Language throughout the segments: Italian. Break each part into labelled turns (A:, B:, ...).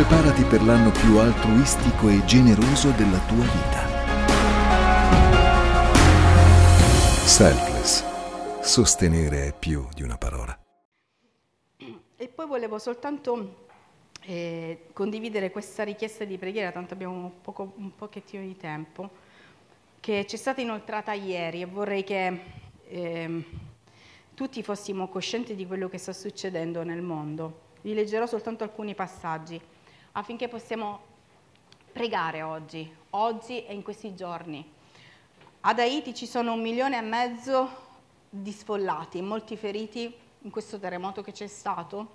A: Preparati per l'anno più altruistico e generoso della tua vita. Selfless. Sostenere è più di una parola.
B: E poi volevo soltanto condividere questa richiesta di preghiera, tanto abbiamo un pochettino di tempo, che ci è stata inoltrata ieri, e vorrei che tutti fossimo coscienti di quello che sta succedendo nel mondo. Vi leggerò soltanto alcuni passaggi affinché possiamo pregare oggi e in questi giorni. Ad Haiti ci sono 1,5 milioni di sfollati, molti feriti in questo terremoto che c'è stato.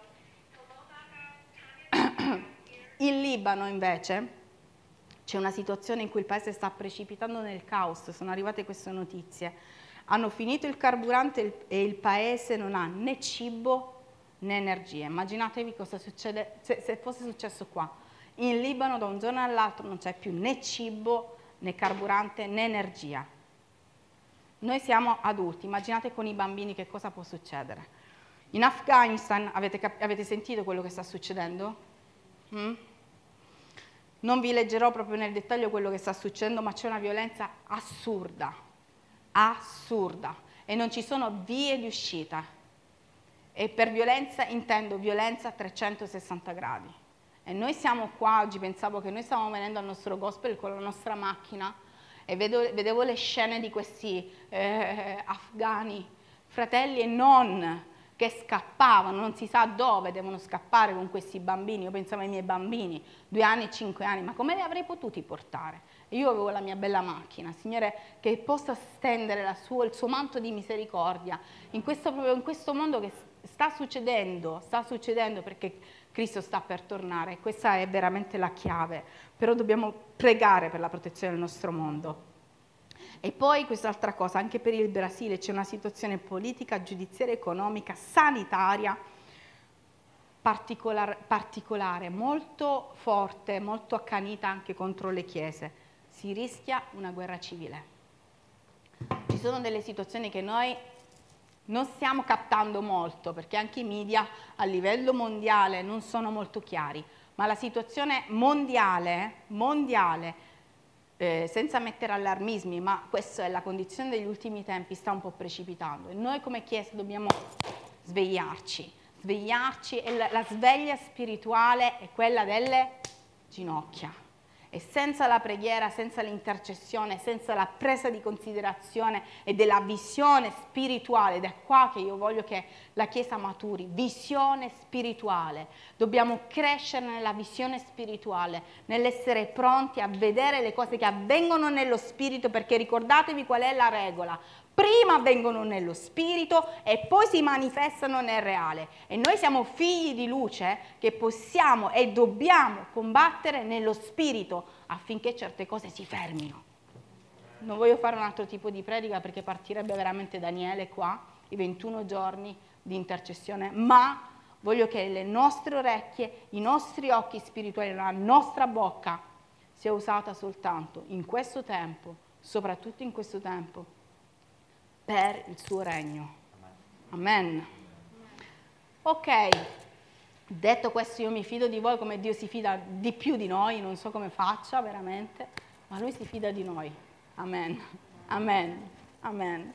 B: In Libano invece c'è una situazione in cui il paese sta precipitando nel caos, sono arrivate queste notizie. Hanno finito il carburante e il paese non ha né cibo né energia. Immaginatevi cosa succede se fosse successo qua. In Libano da un giorno all'altro non c'è più né cibo né carburante né energia. Noi siamo adulti, immaginate con i bambini che cosa può succedere. In Afghanistan avete sentito quello che sta succedendo? Non vi leggerò proprio nel dettaglio quello che sta succedendo, ma c'è una violenza assurda, e non ci sono vie di uscita. E per violenza intendo violenza a 360 gradi. E noi siamo qua, oggi pensavo che noi stavamo venendo al nostro gospel con la nostra macchina e vedevo le scene di questi afghani, fratelli e non, che scappavano, non si sa dove devono scappare con questi bambini. Io pensavo ai miei bambini, 2 anni e 5 anni, ma come li avrei potuti portare? E io avevo la mia bella macchina, Signore, che possa stendere il suo manto di misericordia in questo mondo che sta succedendo perché Cristo sta per tornare. Questa è veramente la chiave, però dobbiamo pregare per la protezione del nostro mondo. E poi quest'altra cosa, anche per il Brasile c'è una situazione politica, giudiziaria, economica, sanitaria particolare, molto forte, molto accanita anche contro le chiese. Si rischia una guerra civile. Ci sono delle situazioni che noi non stiamo captando molto, perché anche i media a livello mondiale non sono molto chiari, ma la situazione mondiale, senza mettere allarmismi, ma questa è la condizione degli ultimi tempi, sta un po' precipitando e noi come Chiesa dobbiamo svegliarci e la sveglia spirituale è quella delle ginocchia. E senza la preghiera, senza l'intercessione, senza la presa di considerazione e della visione spirituale, ed è qua che io voglio che la Chiesa maturi, visione spirituale. Dobbiamo crescere nella visione spirituale, nell'essere pronti a vedere le cose che avvengono nello spirito, perché ricordatevi qual è la regola. Prima avvengono nello spirito e poi si manifestano nel reale. E noi siamo figli di luce che possiamo e dobbiamo combattere nello spirito affinché certe cose si fermino. Non voglio fare un altro tipo di predica perché partirebbe veramente Daniele qua, i 21 giorni di intercessione, ma voglio che le nostre orecchie, i nostri occhi spirituali, la nostra bocca sia usata soltanto in questo tempo, soprattutto in questo tempo, per il suo regno. Amen. Ok, detto questo, io mi fido di voi come Dio si fida di più di noi, non so come faccia veramente, ma Lui si fida di noi. Amen, amen, amen.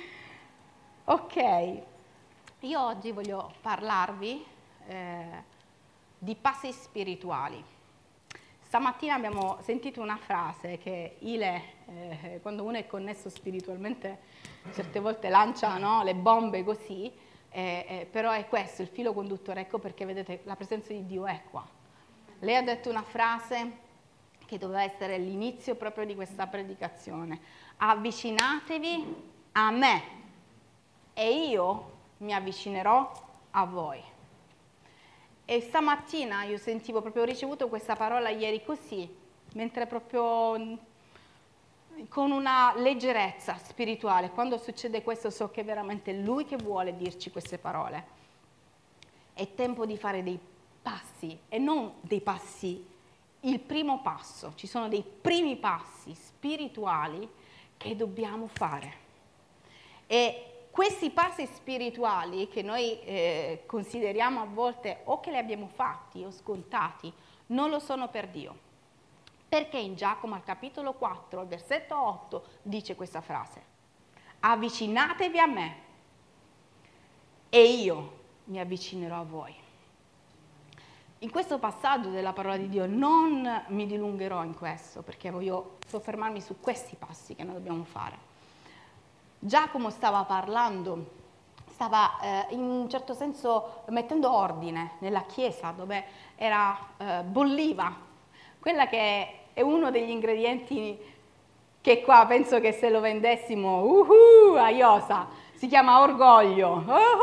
B: Ok, io oggi voglio parlarvi di passi spirituali. Stamattina abbiamo sentito una frase che quando uno è connesso spiritualmente, certe volte lancia, no, le bombe così, però è questo il filo conduttore, ecco perché vedete la presenza di Dio è qua. Lei ha detto una frase che doveva essere l'inizio proprio di questa predicazione: avvicinatevi a me e io mi avvicinerò a voi. E stamattina io sentivo proprio, ho ricevuto questa parola ieri così, mentre proprio con una leggerezza spirituale. Quando succede questo so che è veramente Lui che vuole dirci queste parole. È tempo di fare dei passi e non dei passi, il primo passo. Ci sono dei primi passi spirituali che dobbiamo fare. E Questi passi spirituali che noi consideriamo a volte o che li abbiamo fatti o scontati, non lo sono per Dio. Perché in Giacomo al capitolo 4, al versetto 8, dice questa frase: avvicinatevi a me e io mi avvicinerò a voi. In questo passaggio della parola di Dio non mi dilungherò in questo, perché voglio soffermarmi su questi passi che noi dobbiamo fare. Giacomo stava parlando, stava in un certo senso mettendo ordine nella chiesa dove bolliva quella che è uno degli ingredienti che qua penso che se lo vendessimo a Iosa si chiama orgoglio,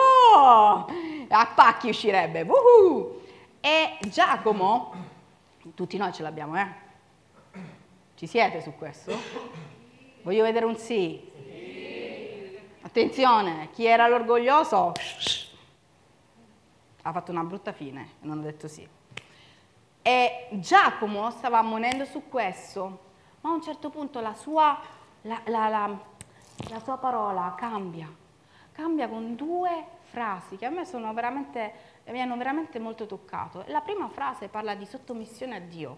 B: a pacchi uscirebbe, e Giacomo, tutti noi ce l'abbiamo, ci siete su questo? Voglio vedere un sì. Attenzione, chi era l'orgoglioso ha fatto una brutta fine, non ha detto sì. E Giacomo stava ammonendo su questo, ma a un certo punto la sua parola cambia con due frasi che a me mi hanno veramente molto toccato. La prima frase parla di sottomissione a Dio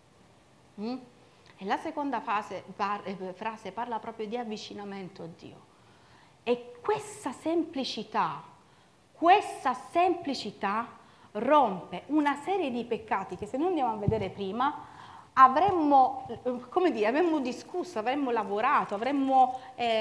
B: e la seconda frase parla proprio di avvicinamento a Dio. E questa semplicità rompe una serie di peccati che se noi andiamo a vedere prima avremmo discusso, avremmo lavorato, avremmo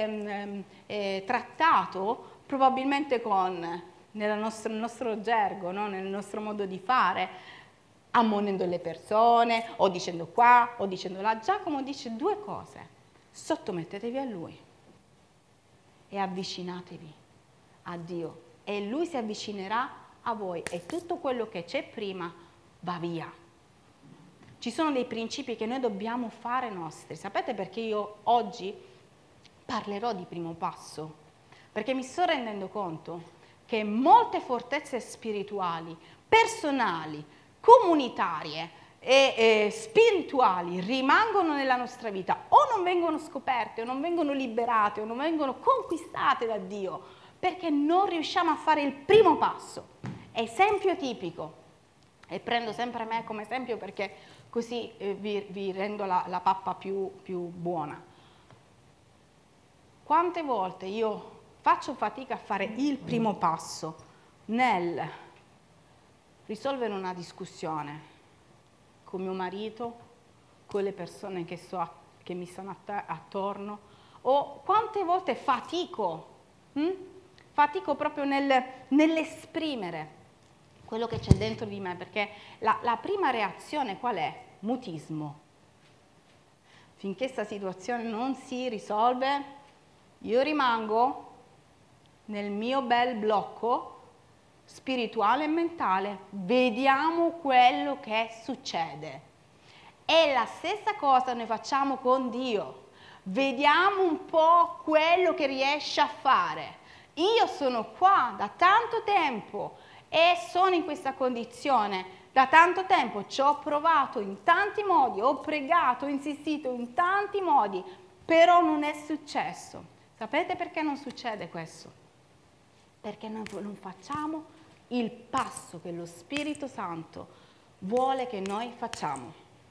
B: trattato probabilmente nel nostro gergo, no? Nel nostro modo di fare, ammonendo le persone, o dicendo qua, o dicendo là. Giacomo dice due cose: sottomettetevi a Lui e avvicinatevi a Dio e Lui si avvicinerà a voi e tutto quello che c'è prima va via. Ci sono dei principi che noi dobbiamo fare nostri. Sapete perché io oggi parlerò di primo passo? Perché mi sto rendendo conto che molte fortezze spirituali, personali, comunitarie e spirituali rimangono nella nostra vita o non vengono scoperte o non vengono liberate o non vengono conquistate da Dio perché non riusciamo a fare il primo passo. Esempio tipico, e prendo sempre me come esempio perché così vi rendo la pappa più buona. Quante volte io faccio fatica a fare il primo passo nel risolvere una discussione con mio marito, con le persone che mi stanno attorno, o quante volte fatico proprio nell'esprimere quello che c'è dentro di me, perché la prima reazione qual è? Mutismo. Finché questa situazione non si risolve, io rimango nel mio bel blocco spirituale e mentale, vediamo quello che succede. E la stessa cosa noi facciamo con Dio, vediamo un po' quello che riesce a fare. Io sono qua da tanto tempo e sono in questa condizione da tanto tempo, ci ho provato in tanti modi, ho pregato, ho insistito in tanti modi, però non è successo. Sapete perché non succede questo? Perché noi non facciamo il passo che lo Spirito Santo vuole che noi facciamo.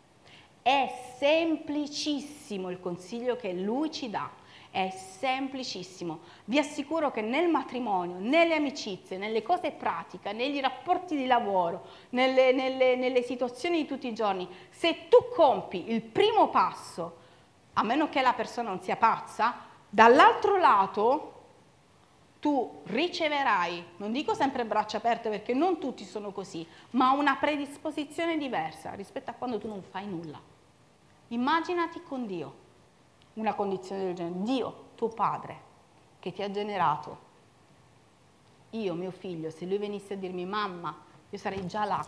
B: È semplicissimo il consiglio che Lui ci dà, è semplicissimo. Vi assicuro che nel matrimonio, nelle amicizie, nelle cose pratiche, negli rapporti di lavoro, nelle situazioni di tutti i giorni, se tu compi il primo passo, a meno che la persona non sia pazza, dall'altro lato tu riceverai, non dico sempre braccia aperte perché non tutti sono così, ma una predisposizione diversa rispetto a quando tu non fai nulla. Immaginati con Dio una condizione del genere. Dio, tuo padre, che ti ha generato. Io, mio figlio, se lui venisse a dirmi mamma, io sarei già là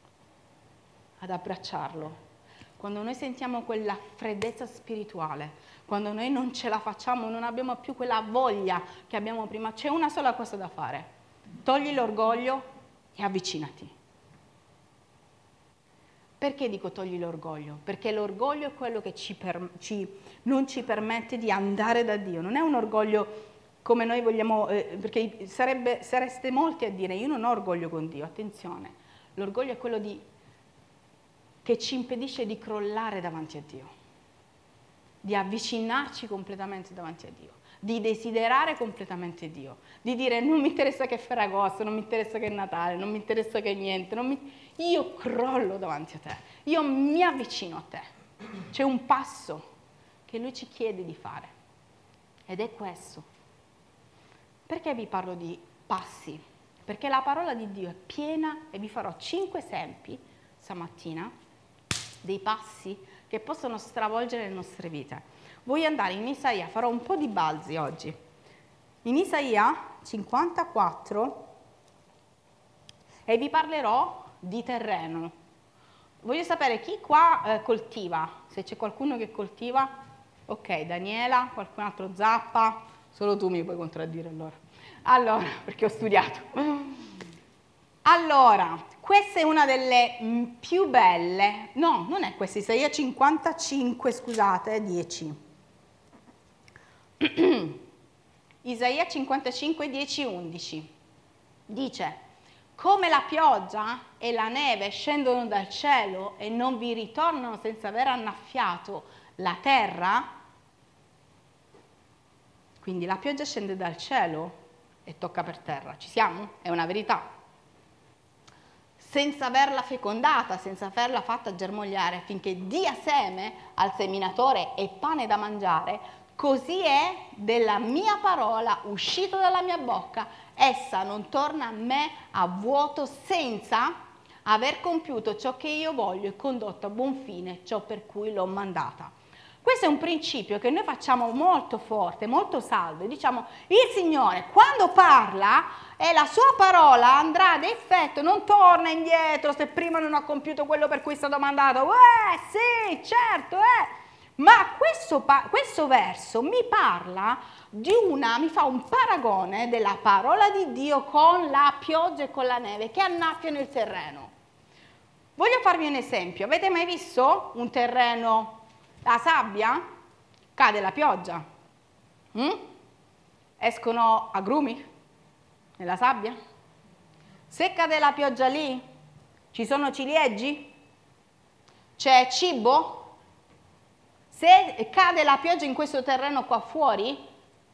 B: ad abbracciarlo. Quando noi sentiamo quella freddezza spirituale, quando noi non ce la facciamo, non abbiamo più quella voglia che abbiamo prima, c'è una sola cosa da fare: togli l'orgoglio e avvicinati. Perché dico togli l'orgoglio? Perché l'orgoglio è quello che non ci permette di andare da Dio. Non è un orgoglio come noi vogliamo, perché sareste molti a dire io non ho orgoglio con Dio, attenzione, l'orgoglio è quello che ci impedisce di crollare davanti a Dio, di avvicinarci completamente davanti a Dio, di desiderare completamente Dio, di dire non mi interessa che è Ferragosto, non mi interessa che è Natale, non mi interessa che è niente, io crollo davanti a te, io mi avvicino a te. C'è un passo che Lui ci chiede di fare ed è questo. Perché vi parlo di passi? Perché la parola di Dio è piena e vi farò 5 esempi stamattina dei passi che possono stravolgere le nostre vite. Voglio andare in Isaia, farò un po' di balzi oggi. In Isaia 54 e vi parlerò di terreno. Voglio sapere chi qua coltiva, se c'è qualcuno che coltiva. Ok, Daniela, qualcun altro Zappa, solo tu mi puoi contraddire allora. Allora, perché ho studiato. Allora, questa è una delle più belle, no, non è questa, Isaia 55, scusate, 10. Isaia 55, 10, 11. Dice, come la pioggia e la neve scendono dal cielo e non vi ritornano senza aver annaffiato la terra, quindi la pioggia scende dal cielo e tocca per terra, ci siamo? È una verità. Senza averla fecondata, senza averla fatta germogliare affinché dia seme al seminatore e pane da mangiare, così è della mia parola uscita dalla mia bocca, essa non torna a me a vuoto senza aver compiuto ciò che io voglio e condotto a buon fine ciò per cui l'ho mandata. Questo è un principio che noi facciamo molto forte, molto saldo. Diciamo, il Signore quando parla e la sua parola andrà ad effetto, non torna indietro se prima non ho compiuto quello per cui è stato mandato. Sì, certo, Ma questo verso mi parla mi fa un paragone della parola di Dio con la pioggia e con la neve che annaffiano il terreno. Voglio farvi un esempio. Avete mai visto un terreno, la sabbia? Cade la pioggia. Escono agrumi nella sabbia? Se cade la pioggia lì, ci sono ciliegi? C'è cibo? Se cade la pioggia in questo terreno qua fuori,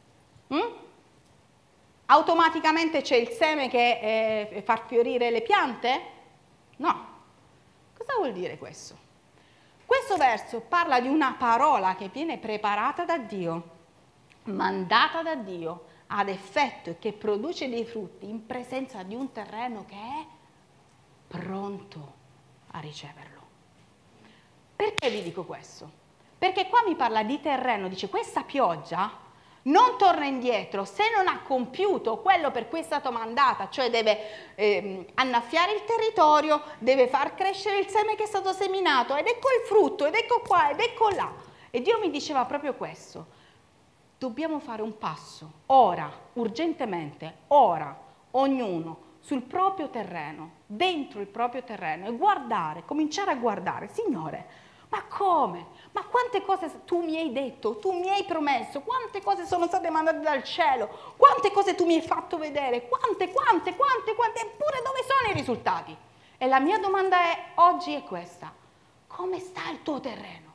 B: automaticamente c'è il seme che fa fiorire le piante? No. Cosa vuol dire questo? Questo verso parla di una parola che viene preparata da Dio, mandata da Dio, ad effetto e che produce dei frutti in presenza di un terreno che è pronto a riceverlo. Perché vi dico questo? Perché qua mi parla di terreno, dice questa pioggia non torna indietro se non ha compiuto quello per cui è stato mandata, cioè deve annaffiare il territorio, deve far crescere il seme che è stato seminato ed ecco il frutto, ed ecco qua, ed ecco là. E Dio mi diceva proprio questo, dobbiamo fare un passo, ora, urgentemente, ora, ognuno, sul proprio terreno, dentro il proprio terreno e guardare, cominciare a guardare, Signore, ma come? Ma quante cose tu mi hai detto, tu mi hai promesso, quante cose sono state mandate dal cielo, quante cose tu mi hai fatto vedere, quante, eppure dove sono i risultati? E la mia domanda oggi è questa, come sta il tuo terreno?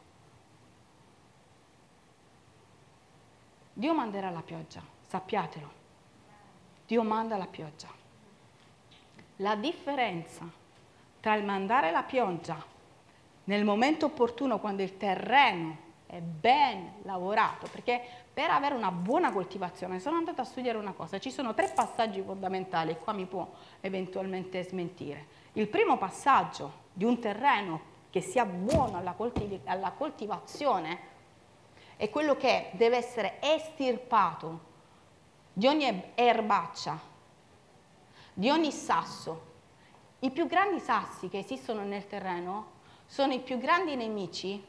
B: Dio manderà la pioggia, sappiatelo, Dio manda la pioggia. La differenza tra il mandare la pioggia nel momento opportuno, quando il terreno è ben lavorato, perché per avere una buona coltivazione, sono andata a studiare una cosa, ci sono 3 passaggi fondamentali, qua mi può eventualmente smentire. Il primo passaggio di un terreno che sia buono alla coltivazione è quello che deve essere estirpato di ogni erbaccia, di ogni sasso. I più grandi sassi che esistono nel terreno sono i più grandi nemici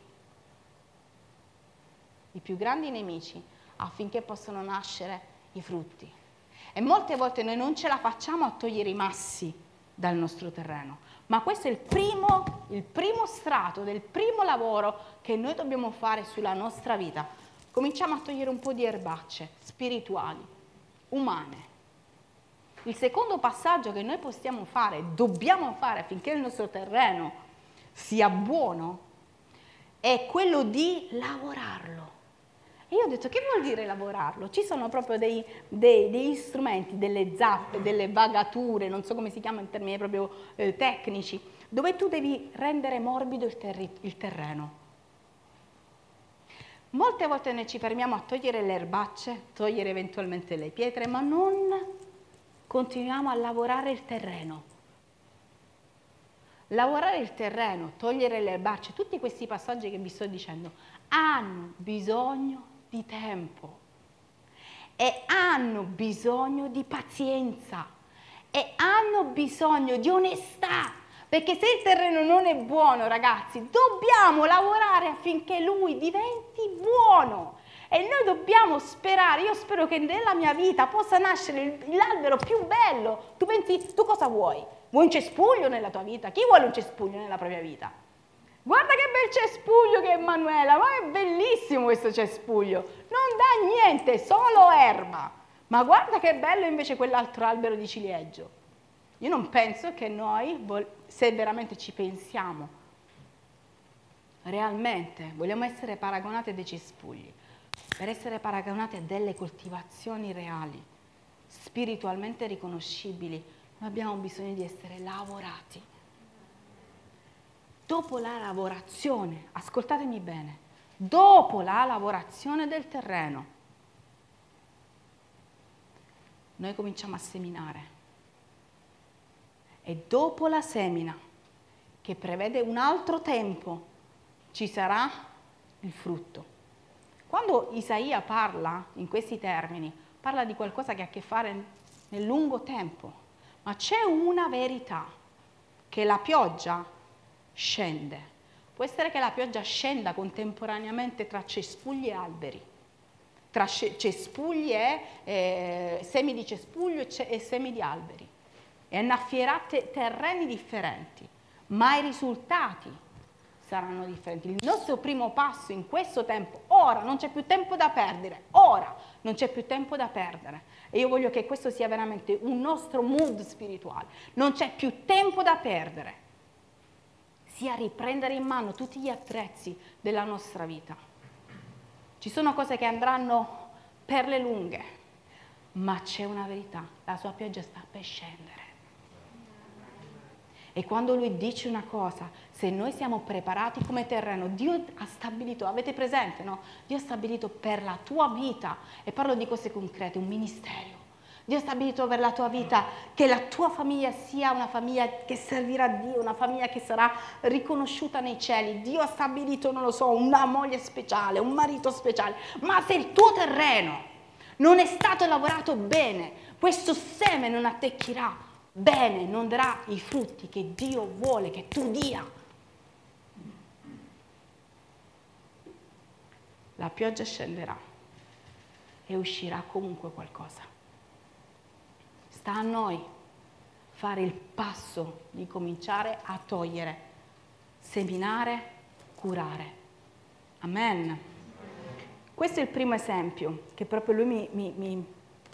B: affinché possano nascere i frutti. E molte volte noi non ce la facciamo a togliere i massi dal nostro terreno, ma questo è il primo strato del primo lavoro che noi dobbiamo fare sulla nostra vita. Cominciamo a togliere un po' di erbacce spirituali, umane. Il secondo passaggio che noi possiamo fare, dobbiamo fare affinché il nostro terreno sia buono, è quello di lavorarlo. E io ho detto, che vuol dire lavorarlo? Ci sono proprio degli strumenti, delle zappe, delle vagature, non so come si chiama in termini proprio tecnici, dove tu devi rendere morbido il terreno. Molte volte noi ci fermiamo a togliere le erbacce, togliere eventualmente le pietre, ma non continuiamo a lavorare il terreno. Lavorare il terreno, togliere le erbacce, tutti questi passaggi che vi sto dicendo, hanno bisogno di tempo e hanno bisogno di pazienza e hanno bisogno di onestà, perché se il terreno non è buono, ragazzi, dobbiamo lavorare affinché lui diventi buono e noi dobbiamo sperare, io spero che nella mia vita possa nascere l'albero più bello. Tu pensi, tu cosa vuoi? Vuoi un cespuglio nella tua vita? Chi vuole un cespuglio nella propria vita? Guarda che bel cespuglio che è Emanuela, ma è bellissimo questo cespuglio, non dà niente, solo erba, ma guarda che bello invece quell'altro albero di ciliegio. Io non penso che noi, se veramente ci pensiamo, realmente vogliamo essere paragonati a dei cespugli, per essere paragonati a delle coltivazioni reali, spiritualmente riconoscibili, noi abbiamo bisogno di essere lavorati. Dopo la lavorazione, ascoltatemi bene, dopo la lavorazione del terreno, noi cominciamo a seminare. E dopo la semina, che prevede un altro tempo, ci sarà il frutto. Quando Isaia parla in questi termini, parla di qualcosa che ha a che fare nel lungo tempo, ma c'è una verità, che la pioggia scende. Può essere che la pioggia scenda contemporaneamente tra cespugli e alberi, tra cespugli e semi di cespuglio e semi di alberi, e annaffierà terreni differenti, ma i risultati saranno differenti. Il nostro primo passo in questo tempo, ora non c'è più tempo da perdere, ora non c'è più tempo da perdere, e io voglio che questo sia veramente un nostro mood spirituale, non c'è più tempo da perdere, sia riprendere in mano tutti gli attrezzi della nostra vita. Ci sono cose che andranno per le lunghe, ma c'è una verità, la sua pioggia sta per scendere. E quando lui dice una cosa, se noi siamo preparati come terreno, Dio ha stabilito, avete presente, no? Dio ha stabilito per la tua vita, e parlo di cose concrete, un ministero. Dio ha stabilito per la tua vita che la tua famiglia sia una famiglia che servirà a Dio, una famiglia che sarà riconosciuta nei cieli. Dio ha stabilito, non lo so, una moglie speciale, un marito speciale. Ma se il tuo terreno non è stato lavorato bene, questo seme non attecchirà bene, non darà i frutti che Dio vuole che tu dia. La pioggia scenderà e uscirà comunque qualcosa. Sta a noi fare il passo di cominciare a togliere, seminare, curare. Amen. Questo è il primo esempio che proprio lui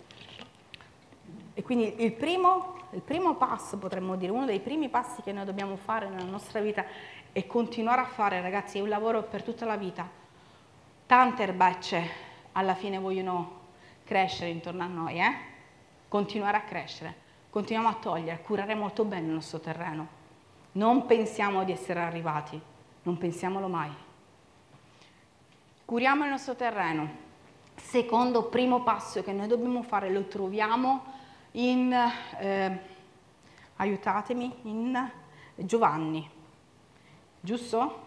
B: E quindi il primo passo, potremmo dire, uno dei primi passi che noi dobbiamo fare nella nostra vita e continuare a fare, ragazzi, è un lavoro per tutta la vita. Tante erbacce alla fine vogliono crescere intorno a noi, continuare a crescere, continuiamo a togliere, a curare molto bene il nostro terreno. Non pensiamo di essere arrivati, non pensiamolo mai. Curiamo il nostro terreno. Secondo primo passo che noi dobbiamo fare, lo troviamo in, aiutatemi, in Giovanni, giusto?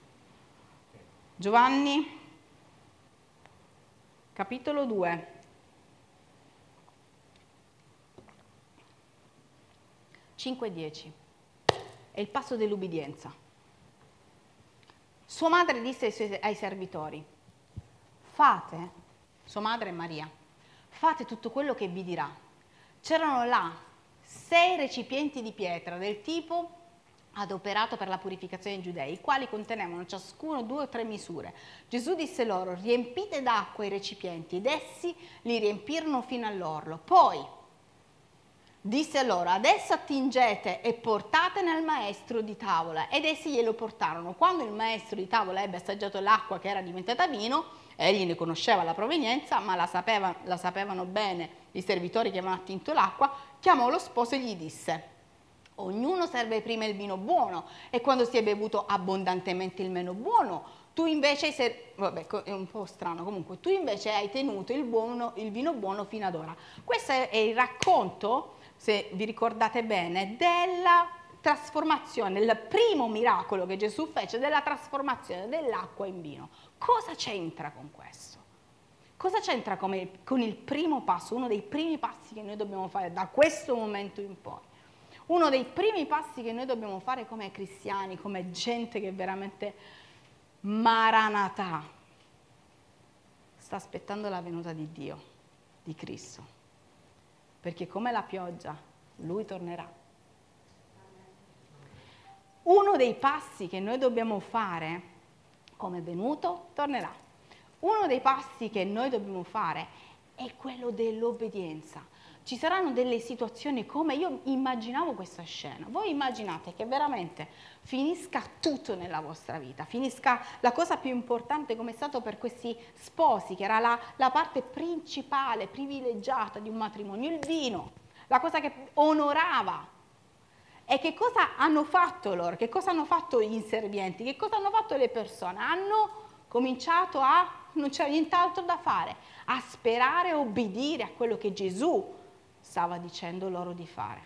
B: Giovanni, capitolo 2. E 10. È il passo dell'ubbidienza. Sua madre disse ai servitori, fate, sua madre è Maria, fate tutto quello che vi dirà. C'erano là 6 recipienti di pietra del tipo adoperato per la purificazione dei giudei, i quali contenevano ciascuno 2 o 3 misure. Gesù disse loro: riempite d'acqua i recipienti, ed essi li riempirono fino all'orlo. Poi disse loro: adesso attingete e portatene al maestro di tavola. Ed essi glielo portarono. Quando il maestro di tavola ebbe assaggiato l'acqua che era diventata vino, egli ne conosceva la provenienza, ma la sapevano bene i servitori che avevano attinto l'acqua, chiamò lo sposo e gli disse: ognuno serve prima il vino buono, e quando si è bevuto abbondantemente il meno buono, tu invece vabbè, è un po' strano, comunque tu invece hai tenuto il vino buono fino ad ora. Questo è il racconto, se vi ricordate bene, della trasformazione, il primo miracolo che Gesù fece, della trasformazione dell'acqua in vino. Cosa c'entra con questo? Cosa c'entra con il primo passo, uno dei primi passi che noi dobbiamo fare da questo momento in poi? Uno dei primi passi che noi dobbiamo fare come cristiani, come gente che veramente Maranatha sta aspettando la venuta di Dio, di Cristo, perché come la pioggia Lui tornerà. Uno dei passi che noi dobbiamo fare, come è venuto, tornerà. Uno dei passi che noi dobbiamo fare è quello dell'obbedienza. Ci saranno delle situazioni come io immaginavo questa scena. Voi immaginate che veramente finisca tutto nella vostra vita, finisca la cosa più importante come è stato per questi sposi, che era la parte principale, privilegiata di un matrimonio, il vino, la cosa che onorava. E che cosa hanno fatto loro? Che cosa hanno fatto gli inservienti? Che cosa hanno fatto le persone? Hanno cominciato non c'era nient'altro da fare, a sperare e obbedire a quello che Gesù stava dicendo loro di fare.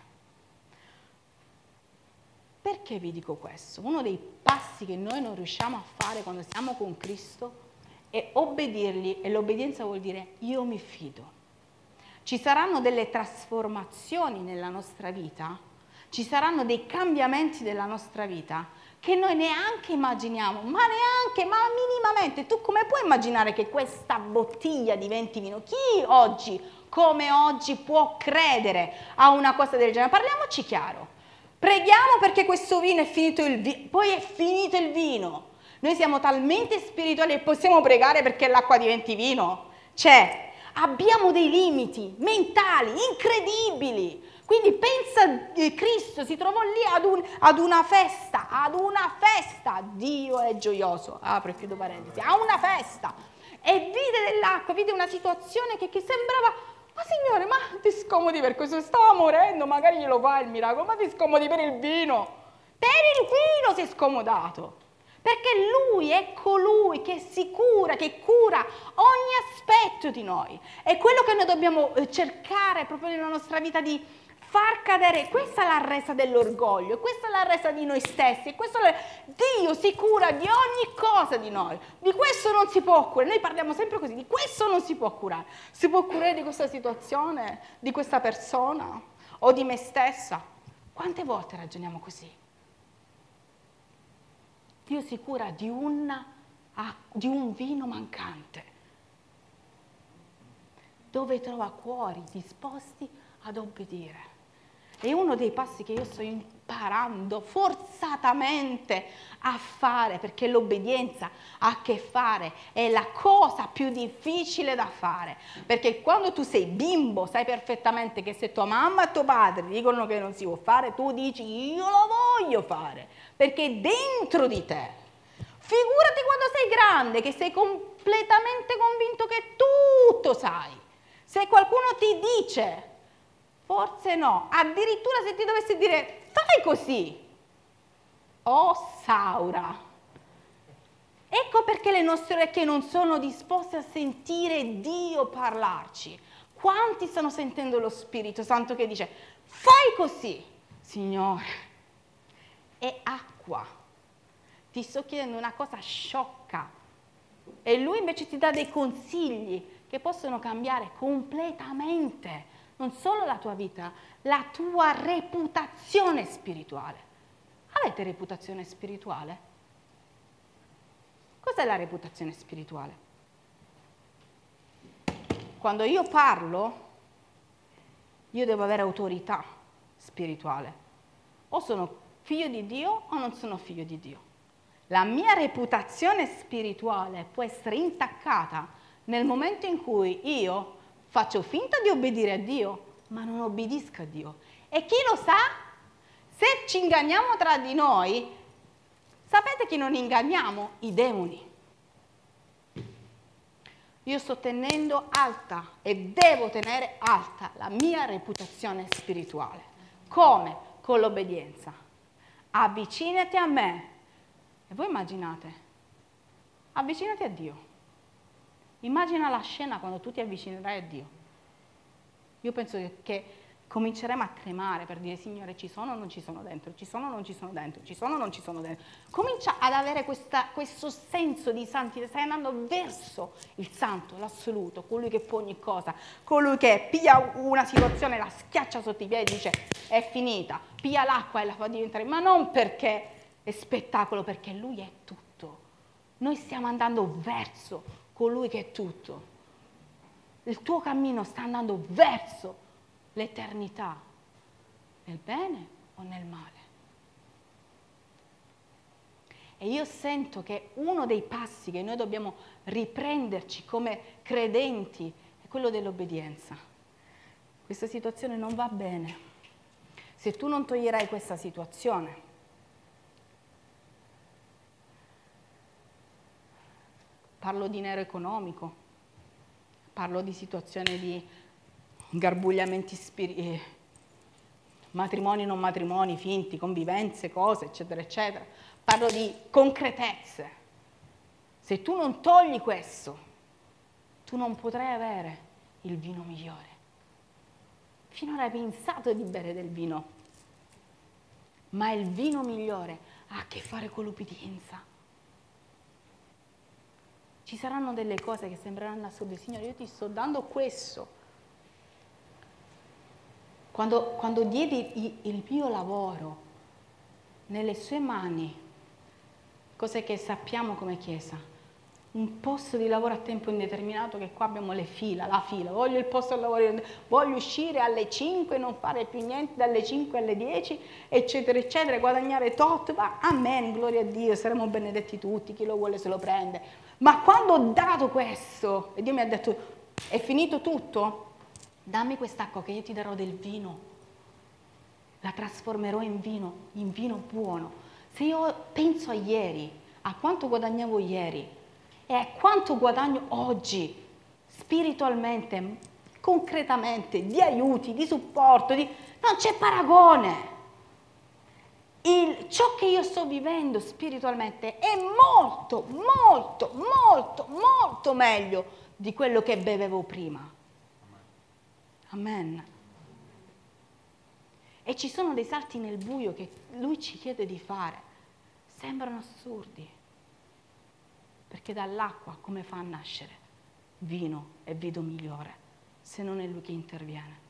B: Perché vi dico questo? Uno dei passi che noi non riusciamo a fare quando siamo con Cristo è obbedirgli, e l'obbedienza vuol dire io mi fido. Ci saranno delle trasformazioni nella nostra vita, ci saranno dei cambiamenti della nostra vita che noi neanche immaginiamo, ma minimamente. Tu come puoi immaginare che questa bottiglia diventi vino? Chi oggi, come oggi, può credere a una cosa del genere? Parliamoci chiaro. Preghiamo perché questo vino è finito poi è finito il vino. Noi siamo talmente spirituali e possiamo pregare perché l'acqua diventi vino? Cioè, abbiamo dei limiti mentali incredibili. Quindi pensa, Cristo si trovò lì ad una festa, Dio è gioioso, apro e chiudo parentesi, a una festa, e vide dell'acqua, vide una situazione che sembrava, ma Signore, ma ti scomodi per questo, stava morendo, magari glielo fa il miracolo, ma ti scomodi per il vino si è scomodato. Perché Lui è colui che che cura ogni aspetto di noi. È quello che noi dobbiamo cercare proprio nella nostra vita di far cadere. Questa è la resa dell'orgoglio, questa è la resa di noi stessi. Dio si cura di ogni cosa di noi. Di questo non si può curare. Noi parliamo sempre così, di questo non si può curare. Si può curare di questa situazione, di questa persona o di me stessa. Quante volte ragioniamo così? Dio si cura di un vino mancante, dove trova cuori disposti ad obbedire. E uno dei passi che io sto imparando forzatamente a fare, perché l'obbedienza ha a che fare, è la cosa più difficile da fare, perché quando tu sei bimbo sai perfettamente che se tua mamma e tuo padre dicono che non si può fare, tu dici io lo voglio fare, perché è dentro di te. Figurati quando sei grande, che sei completamente convinto che tutto sai. Se qualcuno ti dice forse no, addirittura se ti dovessi dire fai così, oh Saura. Ecco perché le nostre orecchie non sono disposte a sentire Dio parlarci. Quanti stanno sentendo lo Spirito Santo che dice fai così, Signore, è acqua, ti sto chiedendo una cosa sciocca, e Lui invece ti dà dei consigli che possono cambiare completamente non solo la tua vita, la tua reputazione spirituale. Avete reputazione spirituale? Cos'è la reputazione spirituale? Quando io parlo, io devo avere autorità spirituale. O sono figlio di Dio o non sono figlio di Dio? La mia reputazione spirituale può essere intaccata nel momento in cui io faccio finta di obbedire a Dio, ma non obbedisco a Dio. E chi lo sa? Se ci inganniamo tra di noi, sapete chi non inganniamo? I demoni. Io sto tenendo alta e devo tenere alta la mia reputazione spirituale. Come? Con l'obbedienza. Avvicinati a me. E voi immaginate, avvicinati a Dio. Immagina la scena quando tu ti avvicinerai a Dio. Io penso che cominceremo a tremare per dire: Signore, ci sono o non ci sono dentro? Ci sono o non ci sono dentro? Ci sono o non ci sono dentro? Comincia ad avere questo senso di santità. Stai andando verso il santo, l'assoluto, colui che può ogni cosa, colui che piglia una situazione, la schiaccia sotto i piedi e dice: è finita. Piglia l'acqua e la fa diventare, ma non perché è spettacolo, perché Lui è tutto. Noi stiamo andando verso colui che è tutto. Il tuo cammino sta andando verso l'eternità, nel bene o nel male. E io sento che uno dei passi che noi dobbiamo riprenderci come credenti è quello dell'obbedienza. Questa situazione non va bene. Se tu non toglierai questa situazione, parlo di nero economico, parlo di situazioni di ingarbugliamenti matrimoni, non matrimoni, finti, convivenze, cose, eccetera, eccetera. Parlo di concretezze. Se tu non togli questo, tu non potrai avere il vino migliore. Finora hai pensato di bere del vino, ma il vino migliore ha a che fare con l'ubbidienza. Ci saranno delle cose che sembreranno assurde. Signore, io ti sto dando questo. Quando diedi il mio lavoro nelle sue mani, cose che sappiamo come Chiesa, un posto di lavoro a tempo indeterminato, che qua abbiamo la fila, voglio il posto di lavoro, voglio uscire alle 5, non fare più niente dalle 5 alle 10, eccetera, eccetera, guadagnare tot, ma amen, gloria a Dio, saremo benedetti tutti, chi lo vuole se lo prende. Ma quando ho dato questo, e Dio mi ha detto: è finito tutto? Dammi quest'acqua che io ti darò del vino, la trasformerò in vino buono. Se io penso a ieri, a quanto guadagnavo ieri e a quanto guadagno oggi, spiritualmente, concretamente, di aiuti, di supporto, non c'è paragone. Ciò che io sto vivendo spiritualmente è molto, molto, molto, molto meglio di quello che bevevo prima. Amen. E ci sono dei salti nel buio che Lui ci chiede di fare. Sembrano assurdi, perché dall'acqua come fa a nascere vino e vino migliore, se non è Lui che interviene?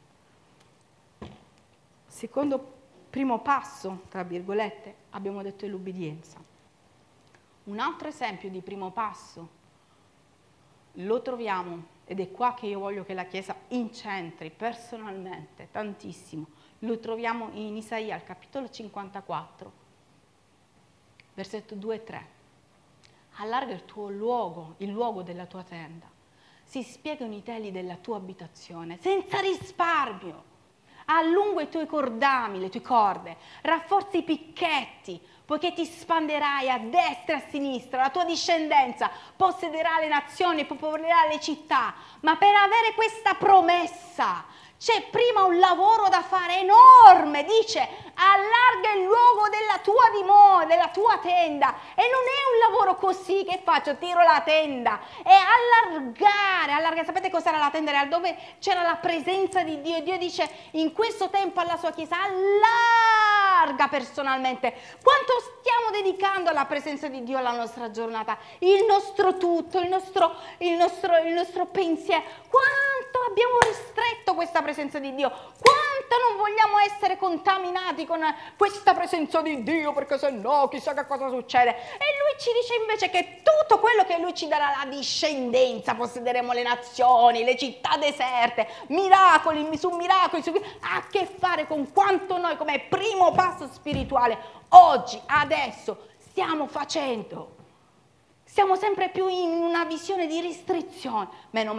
B: Secondo primo passo, tra virgolette, abbiamo detto è l'ubbidienza. Un altro esempio di primo passo lo troviamo, ed è qua che io voglio che la Chiesa incentri personalmente tantissimo, lo troviamo in Isaia, al capitolo 54, versetto 2 e 3. Allarga il tuo luogo, il luogo della tua tenda, si spiegano i teli della tua abitazione, senza risparmio. Allunga i tuoi cordami, le tue corde, rafforza i picchetti, poiché ti spanderai a destra e a sinistra, la tua discendenza possederà le nazioni, popolerà le città. Ma per avere questa promessa c'è prima un lavoro da fare enorme. Dice: allarga il luogo della tua dimora, della tua tenda. E non è un lavoro così che faccio, tiro la tenda. È allargare. Sapete cos'era la tenda? Era dove c'era la presenza di Dio. Dio dice in questo tempo alla sua Chiesa: allarga personalmente. Quanto stiamo dedicando alla presenza di Dio alla nostra giornata? Il nostro tutto, il nostro pensiero. Quanto abbiamo ristretto questa presenza di Dio? Quanto quanto non vogliamo essere contaminati con questa presenza di Dio, perché se no chissà che cosa succede. E lui ci dice invece che tutto quello che lui ci darà, la discendenza, possederemo le nazioni, le città deserte, miracoli su miracoli, ha a che fare con quanto noi come primo passo spirituale oggi, adesso, stiamo facendo. Siamo sempre più in una visione di restrizione. Meno.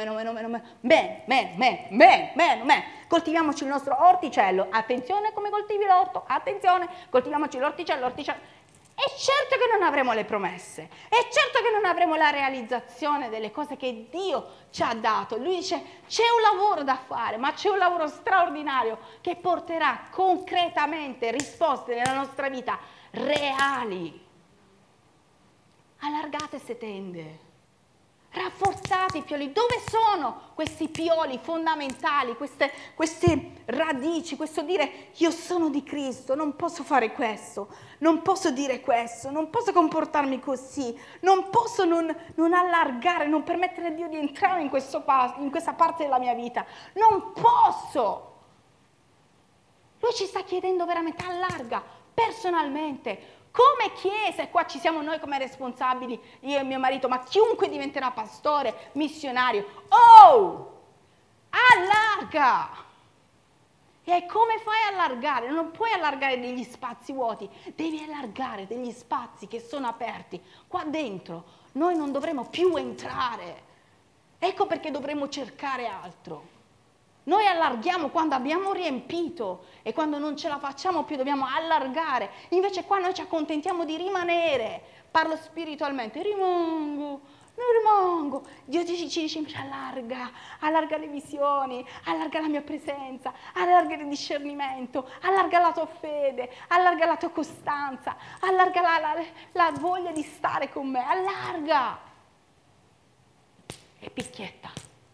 B: Coltiviamoci il nostro orticello. Attenzione come coltivi l'orto. Attenzione, coltiviamoci l'orticello. È certo che non avremo le promesse. È certo che non avremo la realizzazione delle cose che Dio ci ha dato. Lui dice, c'è un lavoro da fare, ma c'è un lavoro straordinario che porterà concretamente risposte nella nostra vita reali. Allargate queste tende, rafforzate i pioli. Dove sono questi pioli fondamentali, queste radici, questo dire io sono di Cristo, non posso fare questo, non posso dire questo, non posso comportarmi così, non posso non allargare, non permettere a Dio di entrare in questa parte della mia vita, non posso. Lui ci sta chiedendo veramente, allarga personalmente. Come Chiesa, e qua ci siamo noi come responsabili, io e mio marito, ma chiunque diventerà pastore, missionario, allarga! E come fai a allargare? Non puoi allargare degli spazi vuoti, devi allargare degli spazi che sono aperti. Qua dentro noi non dovremo più entrare, ecco perché dovremo cercare altro. Noi allarghiamo quando abbiamo riempito e quando non ce la facciamo più dobbiamo allargare. Invece qua noi ci accontentiamo di rimanere. Parlo spiritualmente, rimango. Dio ci dice invece allarga le visioni, allarga la mia presenza, allarga il discernimento, allarga la tua fede, allarga la tua costanza, allarga la voglia di stare con me, allarga. E picchietta.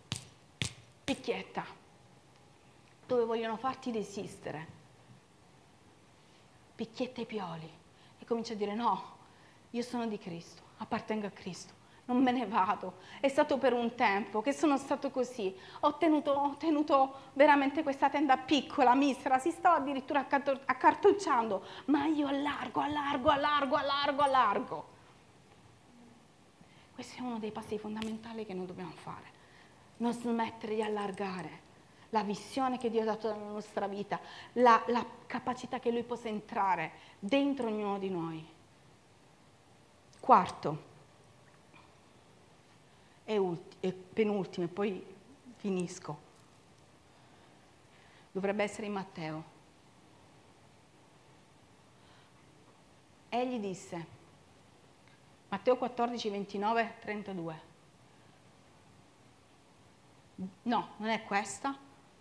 B: Dove vogliono farti desistere, picchietta i pioli e comincia a dire no, io sono di Cristo, appartengo a Cristo, non me ne vado. È stato per un tempo che sono stato così, ho tenuto veramente questa tenda piccola, misera, si stava addirittura accartocciando, ma io allargo. Questo è uno dei passi fondamentali che noi dobbiamo fare, non smettere di allargare la visione che Dio ha dato nella nostra vita, la capacità che Lui possa entrare dentro ognuno di noi. Quarto e penultimo, e poi finisco. Dovrebbe essere in Matteo. Egli disse, Matteo 14, 29, 32. No, non è questa.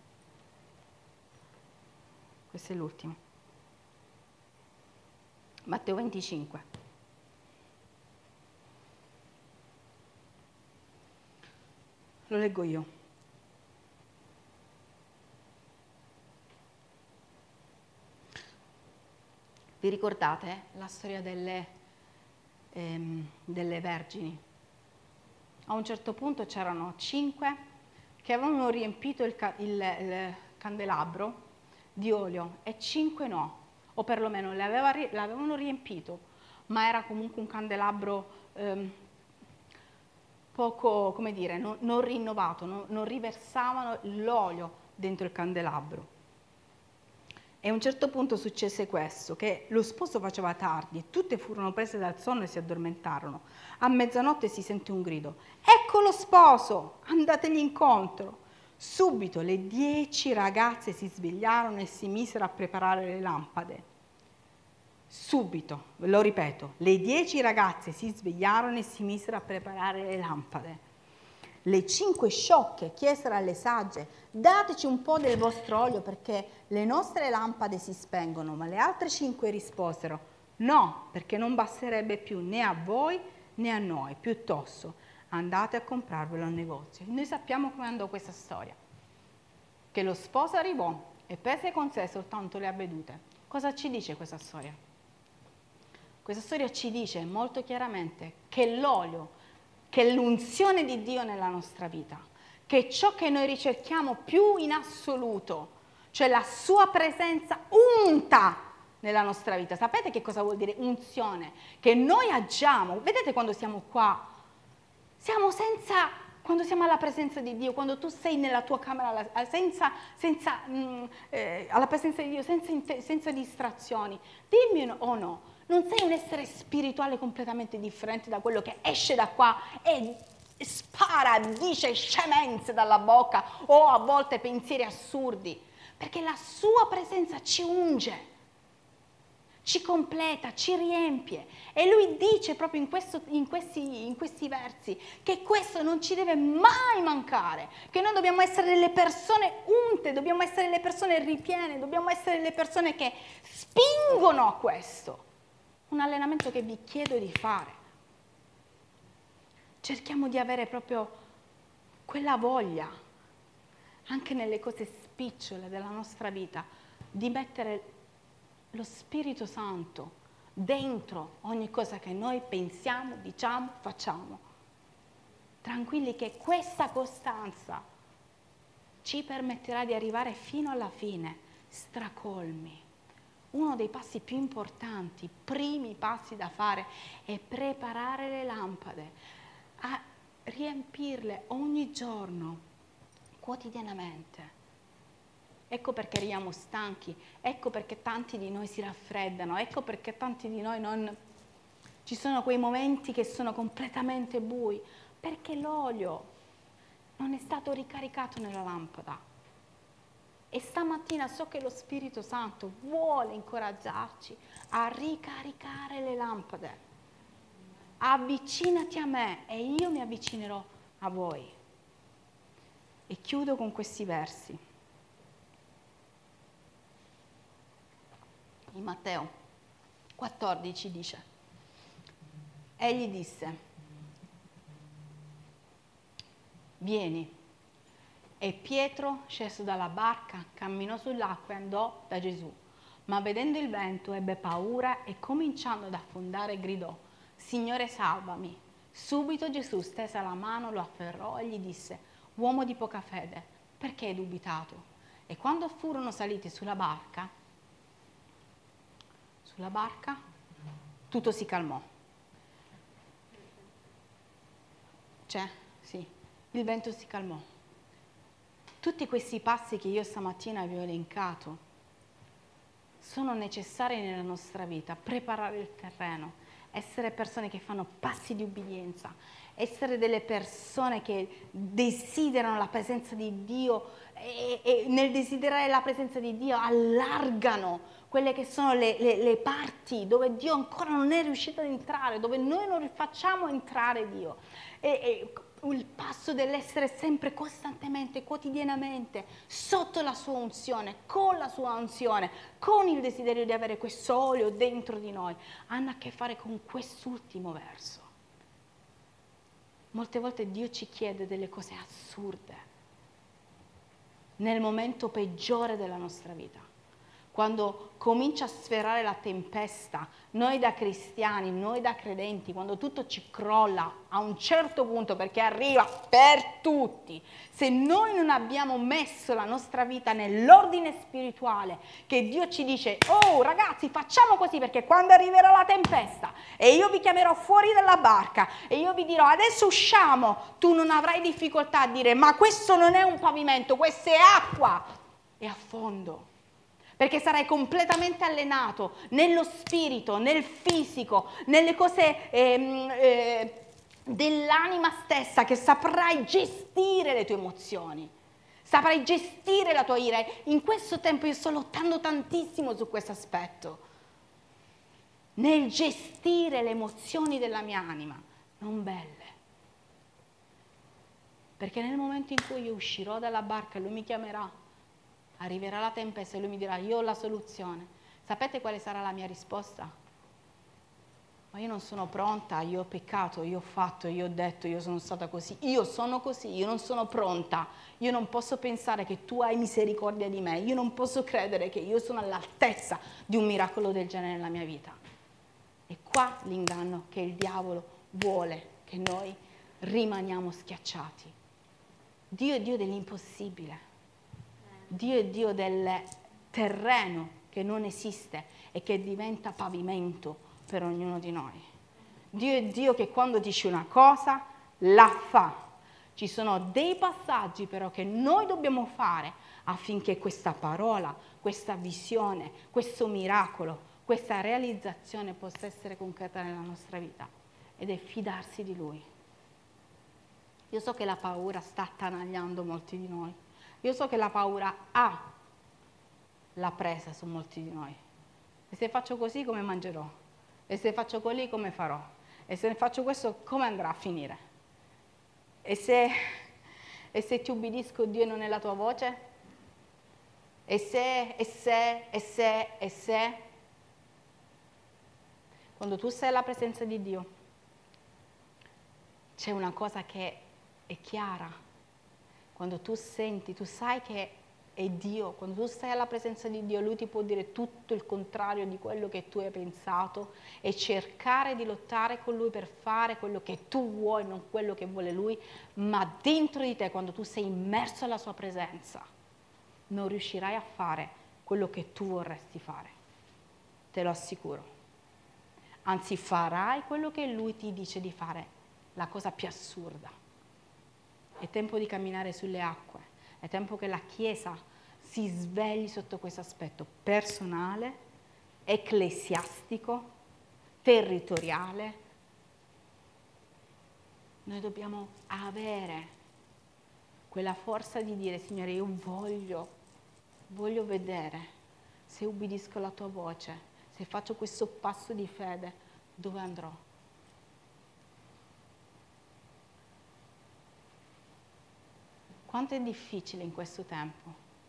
B: Questo è l'ultimo. Matteo 25. Lo leggo io. Vi ricordate la storia delle vergini? A un certo punto c'erano 5 che avevano riempito il candelabro di olio e 5 no, o perlomeno l'avevano riempito, ma era comunque un candelabro poco, come dire, non rinnovato, non riversavano l'olio dentro il candelabro. E a un certo punto successe questo, che lo sposo faceva tardi e tutte furono prese dal sonno e si addormentarono. A mezzanotte si sentì un grido, ecco lo sposo, andategli incontro. Subito le 10 ragazze si svegliarono e si misero a preparare le lampade. Subito, lo ripeto, le 10 ragazze si svegliarono e si misero a preparare le lampade. Le 5 sciocche chiesero alle sagge, dateci un po' del vostro olio perché le nostre lampade si spengono, ma le altre 5 risposero, no, perché non basterebbe più né a voi né a noi, piuttosto andate a comprarvelo al negozio. E noi sappiamo come andò questa storia, che lo sposo arrivò e prese con sé soltanto le avvedute. Cosa ci dice questa storia? Questa storia ci dice molto chiaramente che l'olio, che l'unzione di Dio nella nostra vita, che ciò che noi ricerchiamo più in assoluto, cioè la sua presenza unta nella nostra vita. Sapete che cosa vuol dire unzione? Che noi agiamo, vedete quando siamo qua, siamo senza... Quando siamo alla presenza di Dio, quando tu sei nella tua camera alla presenza di Dio, senza distrazioni, dimmi o no, non sei un essere spirituale completamente differente da quello che esce da qua e spara, dice scemenze dalla bocca o a volte pensieri assurdi, perché la sua presenza ci unge, ci completa, ci riempie. E lui dice proprio in questi versi che questo non ci deve mai mancare, che noi dobbiamo essere delle persone unte, dobbiamo essere delle persone ripiene, dobbiamo essere delle persone che spingono a questo. Un allenamento che vi chiedo di fare. Cerchiamo di avere proprio quella voglia, anche nelle cose spicciole della nostra vita, di mettere lo Spirito Santo dentro ogni cosa che noi pensiamo, diciamo, facciamo. Tranquilli che questa costanza ci permetterà di arrivare fino alla fine, stracolmi. Uno dei passi più importanti, primi passi da fare, è preparare le lampade, a riempirle ogni giorno, quotidianamente. Ecco perché arriviamo stanchi, ecco perché tanti di noi si raffreddano, ecco perché tanti di noi non... Ci sono quei momenti che sono completamente bui, perché l'olio non è stato ricaricato nella lampada. E stamattina so che lo Spirito Santo vuole incoraggiarci a ricaricare le lampade. Avvicinati a me e io mi avvicinerò a voi. E chiudo con questi versi. In Matteo 14 dice: egli disse: vieni. E Pietro, sceso dalla barca, camminò sull'acqua e andò da Gesù. Ma vedendo il vento ebbe paura e cominciando ad affondare gridò: Signore, salvami. Subito Gesù stese la mano, lo afferrò e gli disse: uomo di poca fede, perché hai dubitato? E quando furono saliti sulla barca, tutto si calmò. Sì, il vento si calmò. Tutti questi passi che io stamattina vi ho elencato sono necessari nella nostra vita, preparare il terreno, essere persone che fanno passi di ubbidienza, essere delle persone che desiderano la presenza di Dio e nel desiderare la presenza di Dio allargano quelle che sono le parti dove Dio ancora non è riuscito ad entrare, dove noi non facciamo entrare Dio. E il passo dell'essere sempre costantemente, quotidianamente, sotto la sua unzione, con la sua unzione, con il desiderio di avere questo olio dentro di noi, hanno a che fare con quest'ultimo verso. Molte volte Dio ci chiede delle cose assurde, nel momento peggiore della nostra vita. Quando comincia a sferrare la tempesta, noi da cristiani, noi da credenti, quando tutto ci crolla a un certo punto, perché arriva per tutti, se noi non abbiamo messo la nostra vita nell'ordine spirituale, che Dio ci dice: oh ragazzi, facciamo così, perché quando arriverà la tempesta e io vi chiamerò fuori dalla barca e io vi dirò adesso usciamo, tu non avrai difficoltà a dire: ma questo non è un pavimento, questa è acqua, e affondo. Perché sarai completamente allenato nello spirito, nel fisico, nelle cose dell'anima stessa, che saprai gestire le tue emozioni, saprai gestire la tua ira. In questo tempo io sto lottando tantissimo su questo aspetto, nel gestire le emozioni della mia anima, non belle. Perché nel momento in cui io uscirò dalla barca e lui mi chiamerà, arriverà la tempesta e lui mi dirà: io ho la soluzione. Sapete quale sarà la mia risposta? Ma io non sono pronta, io ho peccato, io ho fatto, io ho detto, io sono stata così, io sono così, io non sono pronta, io non posso pensare che tu hai misericordia di me, io non posso credere che io sono all'altezza di un miracolo del genere nella mia vita. E qua l'inganno che il diavolo vuole che noi rimaniamo schiacciati. Dio è Dio dell'impossibile. Dio è Dio del terreno che non esiste e che diventa pavimento per ognuno di noi. Dio è Dio che quando dice una cosa la fa. Ci sono dei passaggi però che noi dobbiamo fare affinché questa parola, questa visione, questo miracolo, questa realizzazione possa essere concreta nella nostra vita, ed è fidarsi di Lui. Io so che la paura sta attanagliando molti di noi, io so che la paura ha la presa su molti di noi. E se faccio così come mangerò? E se faccio così come farò? E se faccio questo come andrà a finire? E se ti ubbidisco Dio non è la tua voce? E se? Quando tu sei alla presenza di Dio, c'è una cosa che è chiara. Quando tu senti, tu sai che è Dio, quando tu stai alla presenza di Dio, Lui ti può dire tutto il contrario di quello che tu hai pensato e cercare di lottare con Lui per fare quello che tu vuoi, non quello che vuole Lui, ma dentro di te, quando tu sei immerso alla Sua presenza, non riuscirai a fare quello che tu vorresti fare, te lo assicuro. Anzi, farai quello che Lui ti dice di fare, la cosa più assurda. È tempo di camminare sulle acque, è tempo che la Chiesa si svegli sotto questo aspetto personale, ecclesiastico, territoriale. Noi dobbiamo avere quella forza di dire: Signore, io voglio vedere se ubbidisco la tua voce, se faccio questo passo di fede, dove andrò? Quanto è difficile in questo tempo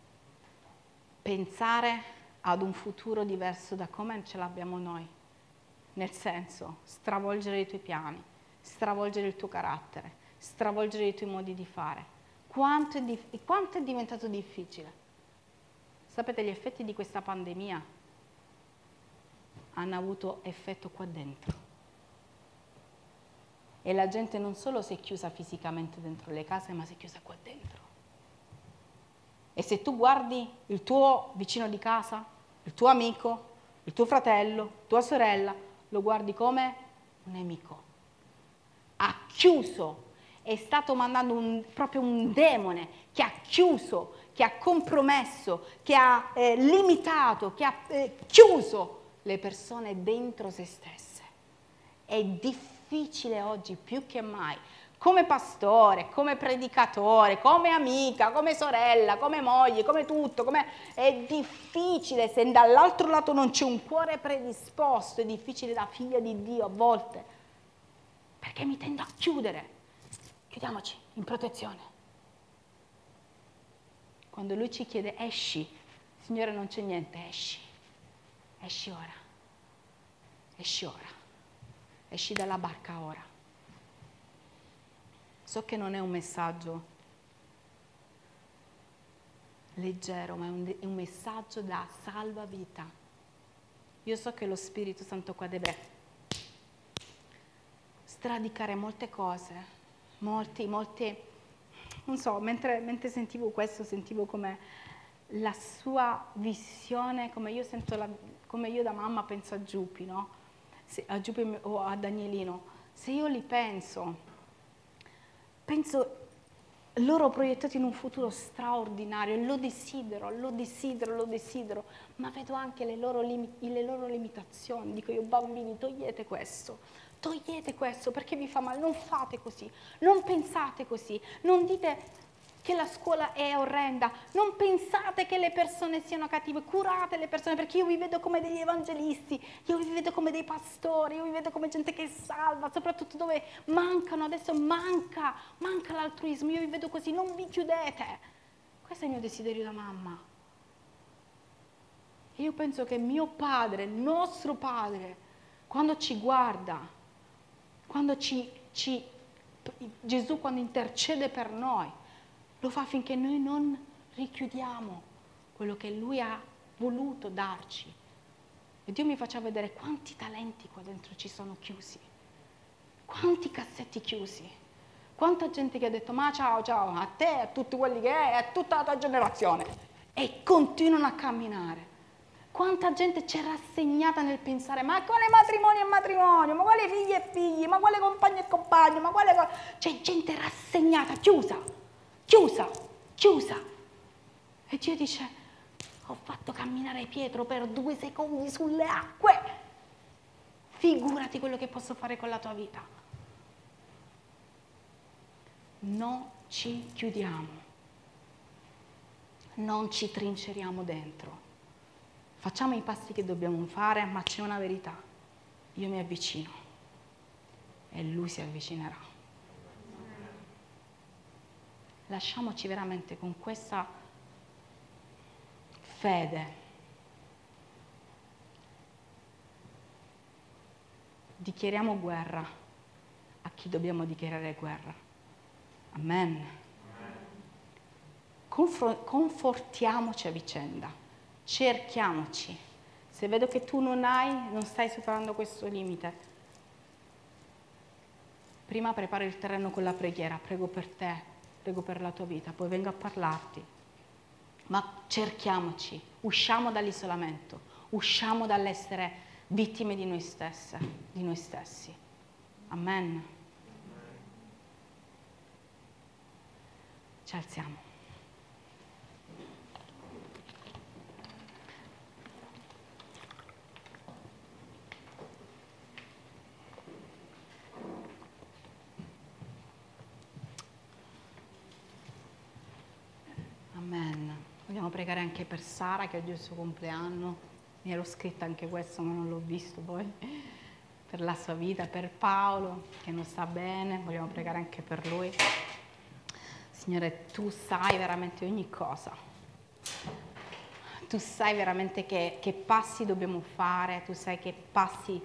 B: pensare ad un futuro diverso da come ce l'abbiamo noi, nel senso, stravolgere i tuoi piani, stravolgere il tuo carattere, stravolgere i tuoi modi di fare. Quanto è diventato difficile? Sapete, gli effetti di questa pandemia hanno avuto effetto qua dentro. E la gente non solo si è chiusa fisicamente dentro le case, ma si è chiusa qua dentro. E se tu guardi il tuo vicino di casa, il tuo amico, il tuo fratello, tua sorella, lo guardi come un nemico. Ha chiuso, è stato mandando proprio un demone che ha chiuso, che ha compromesso, che ha limitato, che ha chiuso le persone dentro se stesse. È difficile oggi più che mai, come pastore, come predicatore, come amica, come sorella, come moglie, come tutto, è difficile se dall'altro lato non c'è un cuore predisposto, è difficile da figlia di Dio a volte, perché mi tendo a chiudere. Chiudiamoci in protezione. Quando Lui ci chiede esci, Signore non c'è niente, esci ora, esci dalla barca ora. So che non è un messaggio leggero, ma è un messaggio da salvavita. Io so che lo Spirito Santo qua deve stradicare molte cose, molte, non so, mentre sentivo questo, sentivo come la sua visione, come io da mamma penso a Giupi, no? A Giupi o a Danielino. Se io li penso loro proiettati in un futuro straordinario, lo desidero, ma vedo anche le loro limitazioni. Dico io: bambini, togliete questo, perché vi fa male, non fate così, non pensate così, non dite che la scuola è orrenda, non pensate che le persone siano cattive, curate le persone, perché io vi vedo come degli evangelisti, io vi vedo come dei pastori, io vi vedo come gente che salva, soprattutto dove adesso manca l'altruismo, io vi vedo così, non vi chiudete. Questo è il mio desiderio da mamma. E io penso che mio Padre, il nostro Padre, quando ci guarda, quando Gesù quando intercede per noi, lo fa affinché noi non richiudiamo quello che Lui ha voluto darci. E Dio mi faccia vedere quanti talenti qua dentro ci sono chiusi, quanti cassetti chiusi, quanta gente che ha detto: ma ciao, a te, a tutti quelli che è, a tutta la tua generazione. e continuano a camminare. Quanta gente c'è rassegnata nel pensare, ma quale matrimonio è matrimonio, ma quale figli e figli, ma quale compagno e compagno, ma quale... C'è gente rassegnata, chiusa, chiusa, chiusa. E Dio dice, ho fatto camminare Pietro per 2 secondi sulle acque, figurati quello che posso fare con la tua vita. Non ci chiudiamo, non ci trinceriamo dentro. Facciamo i passi che dobbiamo fare, ma c'è una verità. Io mi avvicino e Lui si avvicinerà. Lasciamoci veramente con questa fede. Dichiariamo guerra a chi dobbiamo dichiarare guerra. Amen. Confortiamoci a vicenda. Cerchiamoci. Se vedo che tu non stai superando questo limite, prima prepara il terreno con la preghiera, prego per te, prego per la tua vita, poi vengo a parlarti. Ma cerchiamoci, usciamo dall'isolamento, usciamo dall'essere vittime di noi stesse, di noi stessi. Amen. Ci alziamo. Amen. Vogliamo pregare anche per Sara, che oggi è il suo compleanno. Mi ero scritta anche questo, ma non l'ho visto poi. Per la sua vita, per Paolo, che non sta bene. Vogliamo pregare anche per lui. Signore, tu sai veramente ogni cosa. Tu sai veramente che passi dobbiamo fare. Tu sai che passi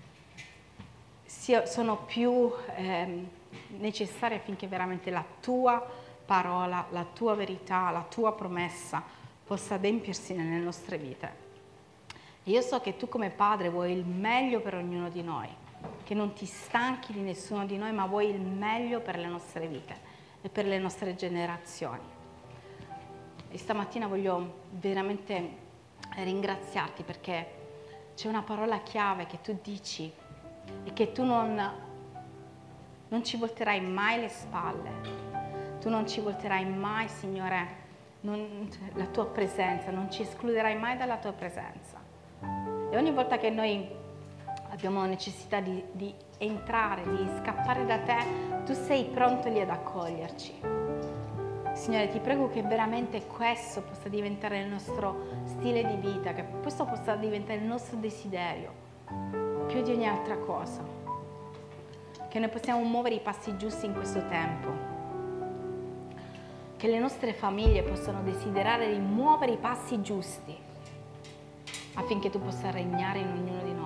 B: sono più necessari affinché veramente la tua parola, la tua verità, la tua promessa possa adempiersi nelle nostre vite. E io so che tu come Padre vuoi il meglio per ognuno di noi, che non ti stanchi di nessuno di noi, ma vuoi il meglio per le nostre vite e per le nostre generazioni. E stamattina voglio veramente ringraziarti perché c'è una parola chiave che tu dici e che tu non ci volterai mai le spalle. Tu non ci volterai mai, Signore, la tua presenza, non ci escluderai mai dalla tua presenza. E ogni volta che noi abbiamo necessità di entrare, di scappare da te, tu sei pronto lì ad accoglierci. Signore, ti prego che veramente questo possa diventare il nostro stile di vita, che questo possa diventare il nostro desiderio, più di ogni altra cosa. Che noi possiamo muovere i passi giusti in questo tempo. Che le nostre famiglie possano desiderare di muovere i passi giusti affinché tu possa regnare in ognuno di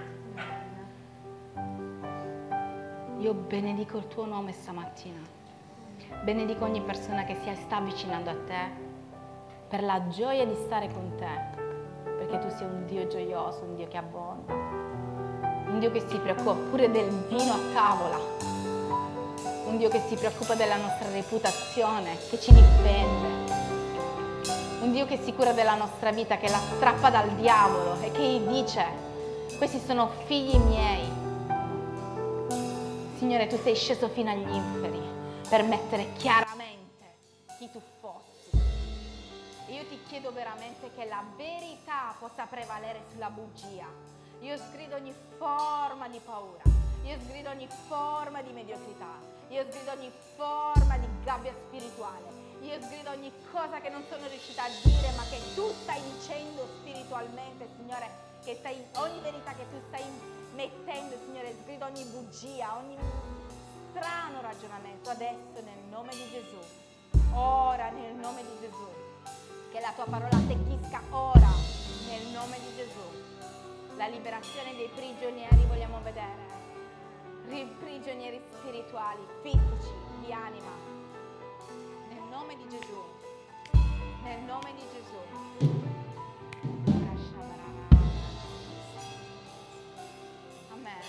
B: noi. Io benedico il tuo nome stamattina. Benedico ogni persona che si sta avvicinando a te per la gioia di stare con te, perché tu sei un Dio gioioso, un Dio che abbonda, un Dio che si preoccupa pure del vino a tavola. Un Dio che si preoccupa della nostra reputazione, che ci difende. Un Dio che si cura della nostra vita, che la strappa dal diavolo e che gli dice, questi sono figli miei. Signore, tu sei sceso fino agli inferi per mettere chiaramente chi tu fossi. E io ti chiedo veramente che la verità possa prevalere sulla bugia. Io sgrido ogni forma di paura. Io sgrido ogni forma di mediocrità. Io sgrido ogni forma di gabbia spirituale. Io sgrido ogni cosa che non sono riuscita a dire, ma che tu stai dicendo spiritualmente, Signore, ogni verità che tu stai mettendo, Signore, sgrido ogni bugia, ogni strano ragionamento, adesso nel nome di Gesù. Ora nel nome di Gesù. Che la tua parola attecchisca ora nel nome di Gesù. La liberazione dei prigionieri vogliamo vedere. Prigionieri spirituali, fisici, di anima, nel nome di Gesù, nel nome di Gesù. Amen.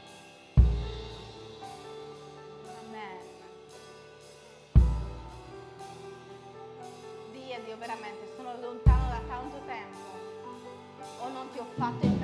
B: Amen. Dio veramente, sono fatto